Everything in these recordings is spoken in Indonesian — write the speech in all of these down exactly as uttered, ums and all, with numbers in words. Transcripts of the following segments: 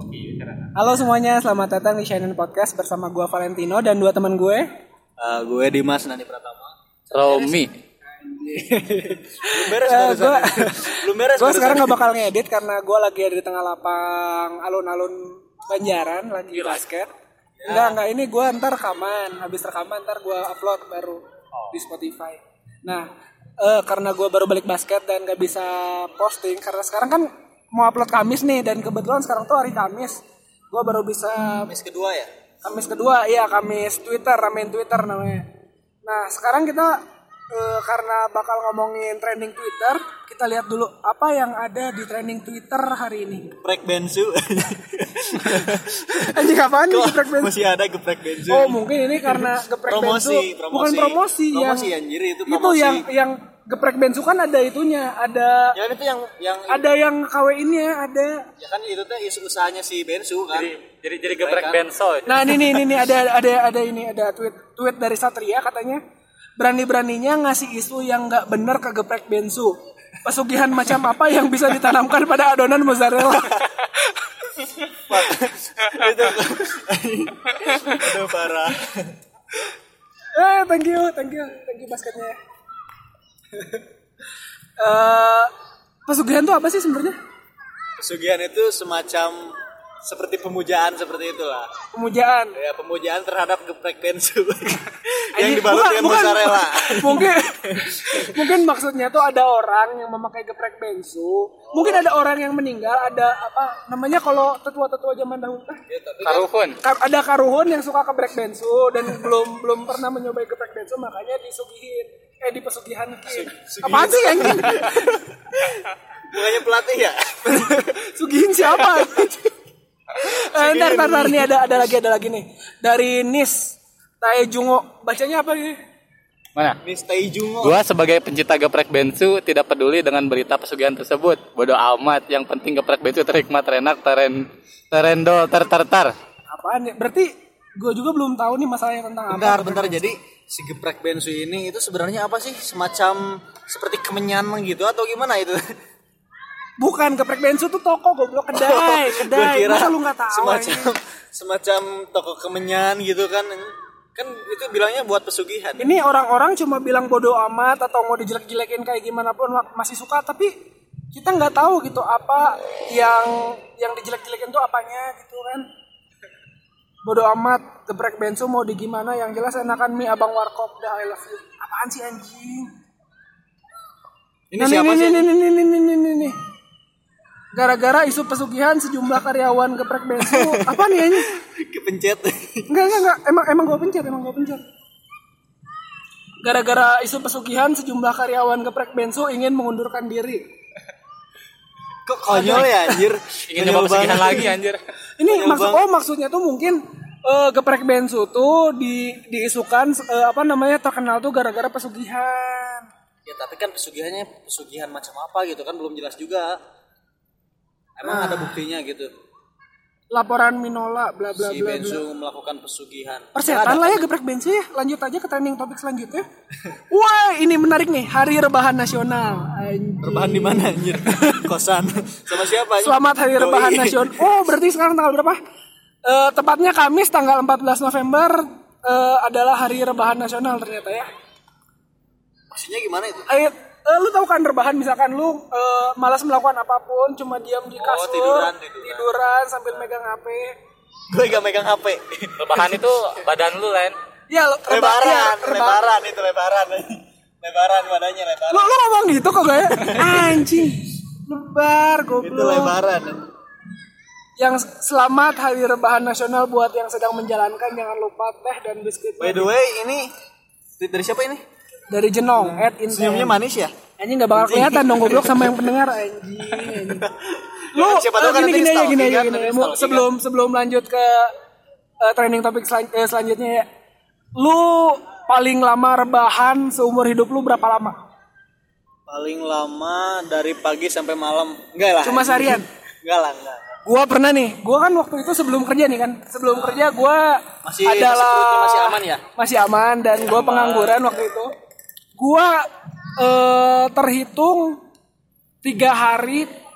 Halo semuanya, selamat datang di Shinen Podcast bersama gue Valentino dan dua teman gue. Uh, gue Dimas Nandi Pratama. Romi. Belum beres uh, gue belum beres. Gue sekarang nggak bakal ngedit karena gue lagi ada di tengah lapang alun-alun Banjaran lagi basket. Ya. Enggak enggak ini gue ntar rekaman, habis rekaman ntar gue upload baru oh. di Spotify. Nah uh, karena gue baru balik basket dan nggak bisa posting karena sekarang kan mau upload Kamis nih dan kebetulan sekarang tuh hari Kamis. Gue baru bisa Kamis kedua ya? Kamis kedua, iya Kamis Twitter, ramen Twitter namanya. Nah sekarang kita e, karena bakal ngomongin trending Twitter, kita lihat dulu apa yang ada di trending Twitter hari ini. Geprek bensu. Anjing apaan nih geprek bensu? Masih ada geprek bensu. Oh mungkin ini karena geprek promosi, bensu. Promosi, bukan promosi, promosi yang anjir itu promosi. Itu yang yang geprek bensu kan ada itunya, ada yang itu yang yang ada yang K W I-nya, ada. Ya kan itu teh isu usahanya si bensu kan. Jadi jadi, jadi geprek kan? Benso. Nah, ini ini ini ada ada ada ini ada tweet tweet dari Satria katanya berani-beraninya ngasih isu yang enggak benar ke geprek bensu. Pesugihan macam apa yang bisa ditanamkan pada adonan mozzarella? Itu aduh parah. Eh, thank you, thank you, thank you basketnya. uh, pesugihan itu apa sih sebenarnya? Pesugihan itu semacam seperti pemujaan seperti itulah. Pemujaan. Ya, pemujaan terhadap geprek bensu yang dibalut dengan mozzarella. Mungkin mungkin maksudnya tuh ada orang yang memakai geprek bensu. Oh. Mungkin ada orang yang meninggal, ada apa namanya kalau tetua-tetua zaman dahulu kan? Ya, karuhun. Ka- ada karuhun yang suka geprek bensu dan belum belum pernah mencoba geprek bensu makanya disugihin. Eh di pesugihan mungkin. Apaan sih anjing? Bukannya pelatih ya? Sugihin siapa? eh, ntar, ntar, ntar, nih ada, ada lagi, ada lagi nih. Dari Nis Taejungo. Bacanya apa ini? Mana? Nis Taejungo. Gua sebagai pencinta geprek bensu tidak peduli dengan berita pesugihan tersebut. Bodoh amat. Yang penting geprek bensu terhikmat, terenak, teren, terendol, ter, ter, ter. Apaan ya? Berarti gue juga belum tahu nih masalahnya tentang bentar, apa. Bentar, bentar. Jadi si geprek bensu ini itu sebenarnya apa sih? Semacam seperti kemenyan gitu atau gimana itu? Bukan, geprek bensu tuh toko goblok, kedai, kedai. Kira masa lu nggak tahu? Semacam ini? semacam toko kemenyan gitu kan? Kan itu bilangnya buat pesugihan. Ini orang-orang cuma bilang bodoh amat atau mau dijelek-jelekin kayak gimana pun masih suka, tapi kita nggak tahu gitu apa yang yang dijelek-jelekin tuh apanya gitu kan. Bodoh amat, geprek bensu mau di gimana, yang jelas enakan mie abang warkop dah, I love you. Apaan sih anjing? Ini nah, siapa nih, sih? Nih, nih, nih, nih, nih, nih, nih. Gara-gara isu pesugihan sejumlah karyawan geprek bensu. Apa nih ini? Kepencet. Enggak, enggak, enggak. Emang emang gue pencet, emang gue pencet. Gara-gara isu pesugihan sejumlah karyawan geprek bensu ingin mengundurkan diri. Kok konyol ya anjir? Ingin nyoba pesugihan lagi anjir. Ini maksud oh maksudnya tuh mungkin uh, geprek bensu tuh di diisukan uh, apa namanya terkenal tuh gara-gara pesugihan. Ya tapi kan pesugihannya pesugihan macam apa gitu kan belum jelas juga. Emang ah. ada buktinya gitu. Laporan Minola bla bla si bla. Si bensu melakukan pesugihan. Persetan lah ya geprek bensu ya. Lanjut aja ke trending topik selanjutnya. Wah, ini menarik nih, Hari Rebahan Nasional. Anjir. Rebahan di mana anjir? Kosan. Sama siapa? Selamat Hari Rebahan Nasional. Oh, berarti sekarang tanggal berapa? Uh, tepatnya Kamis tanggal empat belas November uh, adalah Hari Rebahan Nasional ternyata ya. Maksudnya gimana itu? Ayo, uh, lu tahu kan rebahan misalkan lu uh, malas melakukan apapun, cuma diam di kasur, oh, tiduran, tiduran. tiduran sambil megang H P. Gue gak megang H P. Rebahan itu badan lu, Len. Ya, lebaran, lebaran, lebaran itu lebaran. Lebaran badannya lebaran. Lu, lu ngomong gitu kok gak ya? Anjing. Lebar, goblok. Itu lebaran. Yang selamat Hari Rebahan Nasional buat yang sedang menjalankan, jangan lupa teh dan biskuit. By the way, ini dari siapa ini? Dari Jenong, at Inten. Senyumnya manis ya? Anjing gak bakal kelihatan dong goblok sama yang pendengar anjing. anjing. Lu ya, siapa tahu uh, gini, gini aja gini aja gini. Install, sebelum ingat. sebelum lanjut ke uh, trending topik selan- eh, selanjutnya ya. Lu paling lama rebahan seumur hidup lu berapa lama? Paling lama dari pagi sampai malam. Enggak lah. Cuma seharian? Enggak lah, enggak. Gua pernah nih, gua kan waktu itu sebelum kerja nih kan. Sebelum kerja gua masih adalah masih aman ya? Masih aman dan gua pengangguran waktu itu. Gua eh, terhitung tiga hari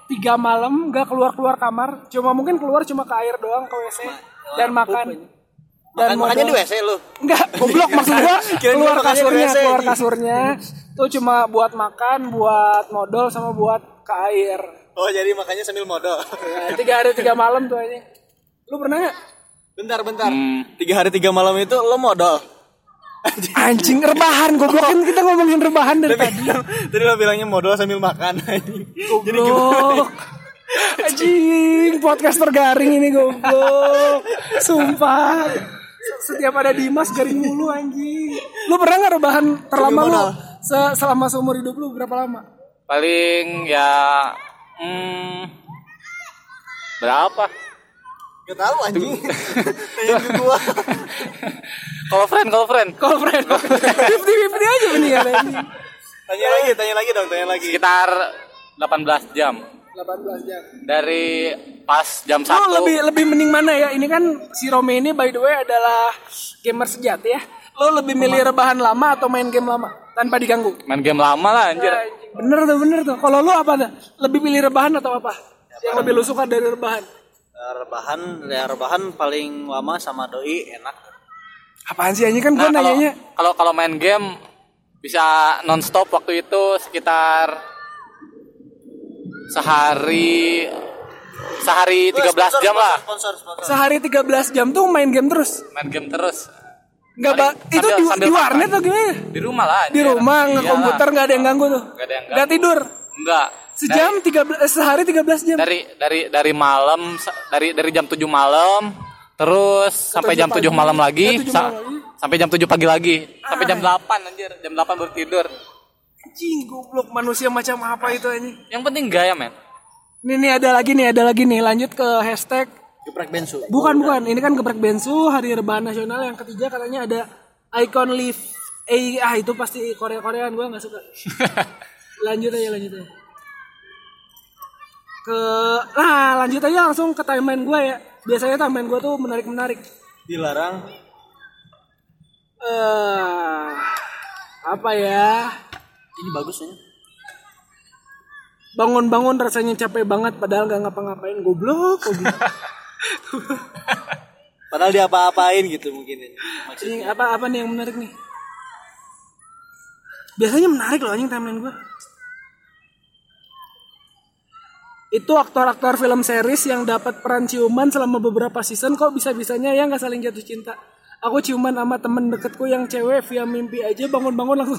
tiga malam nggak keluar keluar kamar, cuma mungkin keluar cuma ke air doang, ke W C dan makan. Dan Makan, makanya di W C lu. Enggak, goblok maksud gua keluar kasurnya, keluar kasurnya. Tuh cuma buat makan, buat modal sama buat ke air. Oh, jadi makanya sambil modal. Ya, tiga hari tiga malam tuh aja. Lu pernah enggak? Bentar, bentar. Hmm. Tiga hari tiga malam itu lo modal. Anjing rebahan, goblok kan kita ngomongin rebahan dari tadi. Tadi lo bilangnya modal sambil makan. Goblok. Anjing, podcast tergaring ini goblok. Sumpah. Setiap ada Dimas garing mulu anjing. Lu pernah enggak rebahan terlama lu? Se- selama seumur hidup lu berapa lama? Paling ya hmm, berapa? Gak tahu anjing. Tanya ke gua. Kalau friend, kalau friend. Kalau friend. fifty-fifty aja mendingan anjing. Tanya lagi, tanya lagi dong, tanya lagi. Sekitar delapan belas jam. delapan belas jam. Dari pas jam Lu satu. lebih lebih mending mana ya? Ini kan si Rome ini by the way adalah gamer sejati ya. Lu lebih milih rebahan lama atau main game lama tanpa diganggu? Main game lama lah anjir. Ya, bener tuh, bener tuh. Kalau lu apa tuh? Lebih pilih rebahan atau apa? Yang lebih lu suka dari rebahan? Rebahan, ya rebahan paling lama sama doi enak. Apaan sih anjing kan gua Nah, kalau nanyanya. kalau kalau main game bisa nonstop waktu itu sekitar sehari sehari tiga belas jam lah. Sponsor, sponsor. Sehari tiga belas jam tuh main game terus. Main game terus. Enggak ba- Sambil- itu di, sambil di makan. warnet atau gimana? Di rumah lah. Di anjir. rumah nge Iyalah. komputer enggak ada yang ganggu tuh. Nggak ada yang Enggak ganggu. tidur. Enggak. Sejam tiga belas eh, sehari tiga belas jam. Dari dari dari malam dari dari jam tujuh malam terus sampai jam pagi. tujuh malam lagi, Ya, tujuh sa- malam lagi. sampai jam tujuh pagi lagi, sampai Ah. jam delapan anjir, jam delapan baru tidur. Anjing goblok, manusia macam apa itu anjing? Yang penting gaya, men. Nih nih ada lagi nih, ada lagi nih. Lanjut ke hashtag. Geprek bensu. Bukan bukan, ini kan geprek bensu hari rebahan nasional. Yang ketiga katanya ada icon live. Eh ah itu pasti Korea-Koreaan, gue nggak suka. Lanjut aja lanjut aja. Ke nah lanjut aja langsung ke timeline gue ya. Biasanya timeline gue tuh menarik-menarik. Dilarang. Eh apa ya? Ini bagus ini. Bangun-bangun rasanya capek banget padahal gak ngapa-ngapain. Goblok, goblok. Padahal dia apa-apain gitu mungkin ini. Ini Maksudnya. apa apa nih yang menarik nih? Biasanya menarik loh anjing timeline gue. Itu aktor-aktor film series yang dapat peran ciuman selama beberapa season kok bisa-bisanya ya nggak saling jatuh cinta. Aku ciuman sama temen deketku yang cewek via mimpi aja bangun-bangun langsung.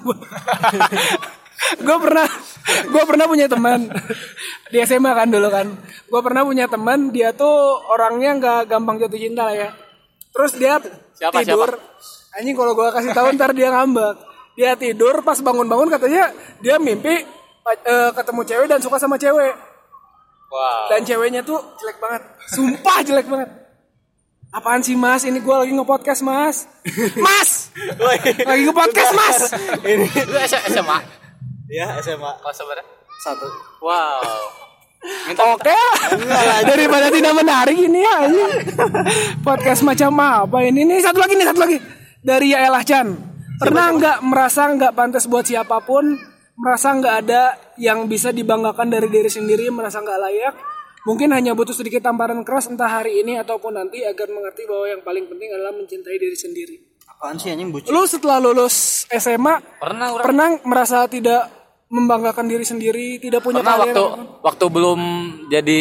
Gue pernah gue pernah punya teman di S M A kan dulu kan. Gue pernah punya teman dia tuh orangnya nggak gampang jatuh cinta lah ya. Terus dia Siapa, tidur. siapa? Anjing kalau gue kasih tahu ntar dia ngambek. Dia tidur pas bangun-bangun katanya dia mimpi uh, ketemu cewek dan suka sama cewek. Wow. Dan ceweknya tuh jelek banget. Sumpah jelek banget. Apaan sih mas? Ini gue lagi nge-podcast mas. Mas! Lagi nge-podcast mas! Ini. Lu S M A? Ya S M A. Kelas berapa? Satu. Wow. Minta Oke lah. Daripada tidak menarik ini ya anjing. Podcast macam apa ini? Nih satu lagi nih satu lagi. Dari Yaelah Chan. Pernah nggak merasa nggak pantas buat siapapun? Merasa nggak ada yang bisa dibanggakan dari diri sendiri, merasa nggak layak, mungkin hanya butuh sedikit tamparan keras entah hari ini ataupun nanti agar mengerti bahwa yang paling penting adalah mencintai diri sendiri. Apaan sih anjing bucin? Lu setelah lulus S M A pernah orang pernah merasa tidak membanggakan diri sendiri, tidak punya pernah karir? waktu waktu belum jadi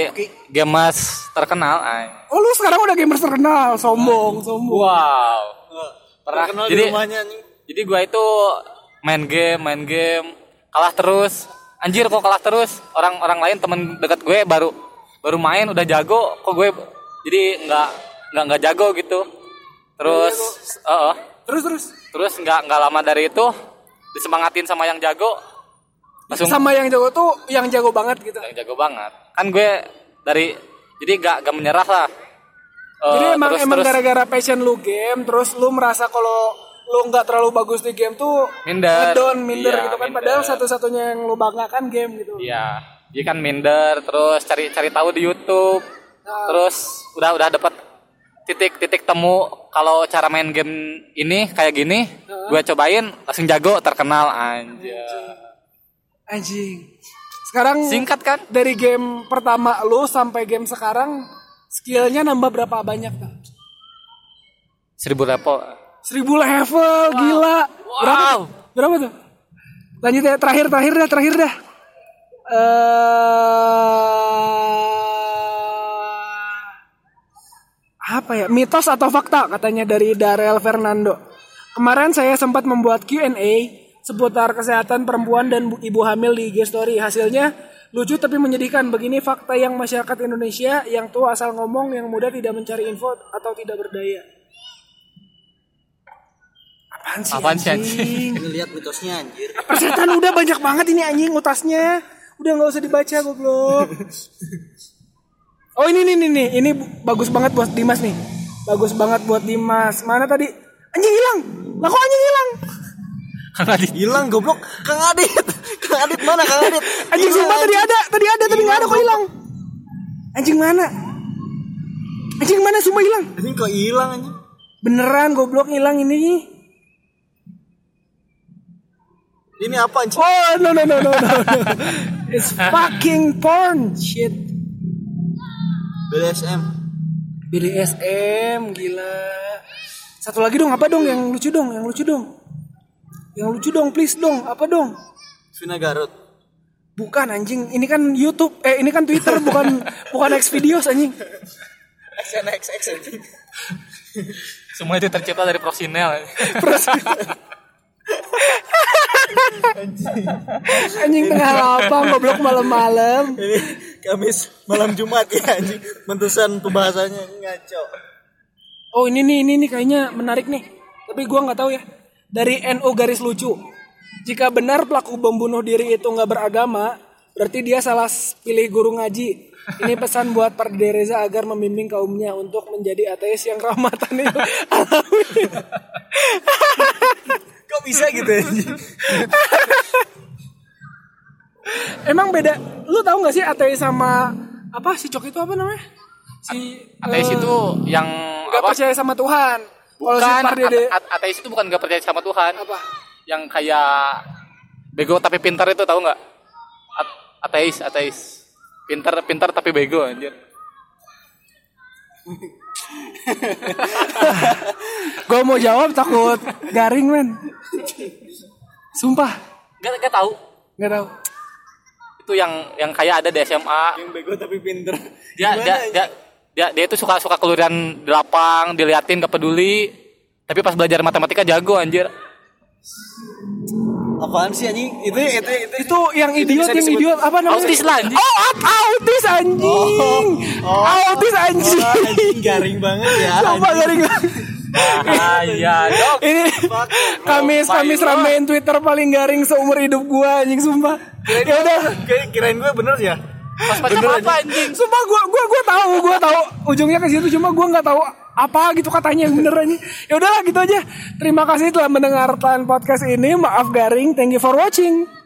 gamers terkenal. Ay. Oh lu sekarang udah gamers terkenal, sombong, sombong. Wow. Pernah. Terkenal Jadi di rumahnya anjing. jadi gua itu main game, main game, kalah terus. Anjir kok kalah terus. Orang-orang lain temen dekat gue baru baru main udah jago, kok gue jadi nggak nggak nggak jago gitu. Terus, uh, Terus terus. terus nggak nggak lama dari itu disemangatin sama yang jago, langsung Sama yang jago tuh yang jago banget gitu. yang jago banget. Kan gue dari jadi nggak nggak menyerah lah. Uh, Jadi emang terus, emang terus gara-gara passion lu game, terus lu merasa kalau lu nggak terlalu bagus di game tuh Minder. down, minder Iya, gitu kan. minder. Padahal satu-satunya yang lu banggakan game gitu. Iya, jadi kan minder, terus cari cari tahu di YouTube, Nah. terus udah udah dapat titik-titik temu kalau cara main game ini kayak gini, gue cobain langsung jago terkenal anjir. Anjing. Sekarang Singkat kan? dari game pertama lu sampai game sekarang skillnya nambah berapa banyak tak? Seribu level. Seribu level, gila. Berapa? Wow. Tuh? Berapa tuh? Lanjut ya, terakhir terakhir dah, terakhir dah. Eh apa ya? Mitos atau fakta katanya dari Darel Fernando. Kemarin saya sempat membuat Q and A seputar kesehatan perempuan dan ibu hamil di I G Story. Hasilnya lucu tapi menyedihkan. Begini fakta yang masyarakat Indonesia yang tua asal ngomong, yang muda tidak mencari info atau tidak berdaya. Apaan sih Apaan sih, anjing? Ini lihat mitosnya anjir. Persetan udah banyak banget ini anjing utasnya. Udah nggak usah dibaca goblok. Oh ini nih nih nih, ini bagus banget buat Dimas nih. Bagus banget buat Dimas. Mana tadi? Anjing hilang. Lah kok anjing hilang? Kang Adit Hilang goblok. Kang Adit. Kang Adit mana Kang Adit? Anjing Hilang, sumpah tadi anjing. ada, tadi ada tapi nggak ada kok hilang. Anjing mana? Anjing mana sumpah hilang? Ini kok hilang anjing? Beneran goblok hilang ini. Ini apa anjing? Oh no no no no no. no. It's fucking porn shit. B D S M. B D S M gila. Satu lagi dong, apa dong yang lucu dong, yang lucu dong. Yang lucu dong, please dong, apa dong? Vina Garut. Bukan anjing, ini kan YouTube, eh ini kan Twitter bukan bukan X videos anjing. X N X X anjing. semua itu tercipta dari Prosinel. Anjing tengah lapang goblok malam-malam. Ini Kamis malam Jumat ya anjing. Mentusan pembahasannya ngaco. Oh ini nih, ini nih kayaknya menarik nih. Tapi gua nggak tahu ya. Dari N U garis lucu. Jika benar pelaku bom bunuh diri itu nggak beragama, berarti dia salah pilih guru ngaji. Ini pesan buat Pardi Reza agar membimbing kaumnya untuk menjadi ateis yang rahmatan itu alami. Kok bisa gitu ya? Emang beda. Lu tahu nggak sih ateis sama apa si Cok itu apa namanya? Si Ateis eh, itu yang nggak apa? percaya sama Tuhan. Kalau si Bukan, Pardi ate- ate- ateis itu bukan gak percaya sama Tuhan. apa? Yang kayak bego tapi pintar itu tahu nggak? At- ateis, ateis. Pintar, pintar tapi bego anjir. Gue mau jawab takut garing men. Sumpah Gak, gak tahu. nggak tahu. Itu yang yang kayak ada di S M A. Yang bego tapi pinter. Dia dia, dia dia dia itu suka suka kelurian di lapang, diliatin gak peduli. Tapi pas belajar matematika jago anjir. Apaan sih anjing? Itu itu itu. Itu yang idiot, bisa yang disebut idiot apa namanya? autis lah, anjing. Oh, aut- autis anjing. Oh. Autis anjing. Oh, anjing garing banget ya. Sumpah anjing. garing. Ah, iya, dok. Ini Kamis Kamis ramein Twitter paling garing seumur hidup gua anjing sumpah. Ya udah. Kira- Kirain gue bener ya. Pas baca apa anjing? Sumpah gua gua gua tahu, gua tahu ujungnya ke situ cuma gua enggak tahu apa gitu katanya yang bener ini. Ya udahlah gitu aja. Terima kasih telah mendengarkan podcast ini. Maaf garing. Thank you for watching.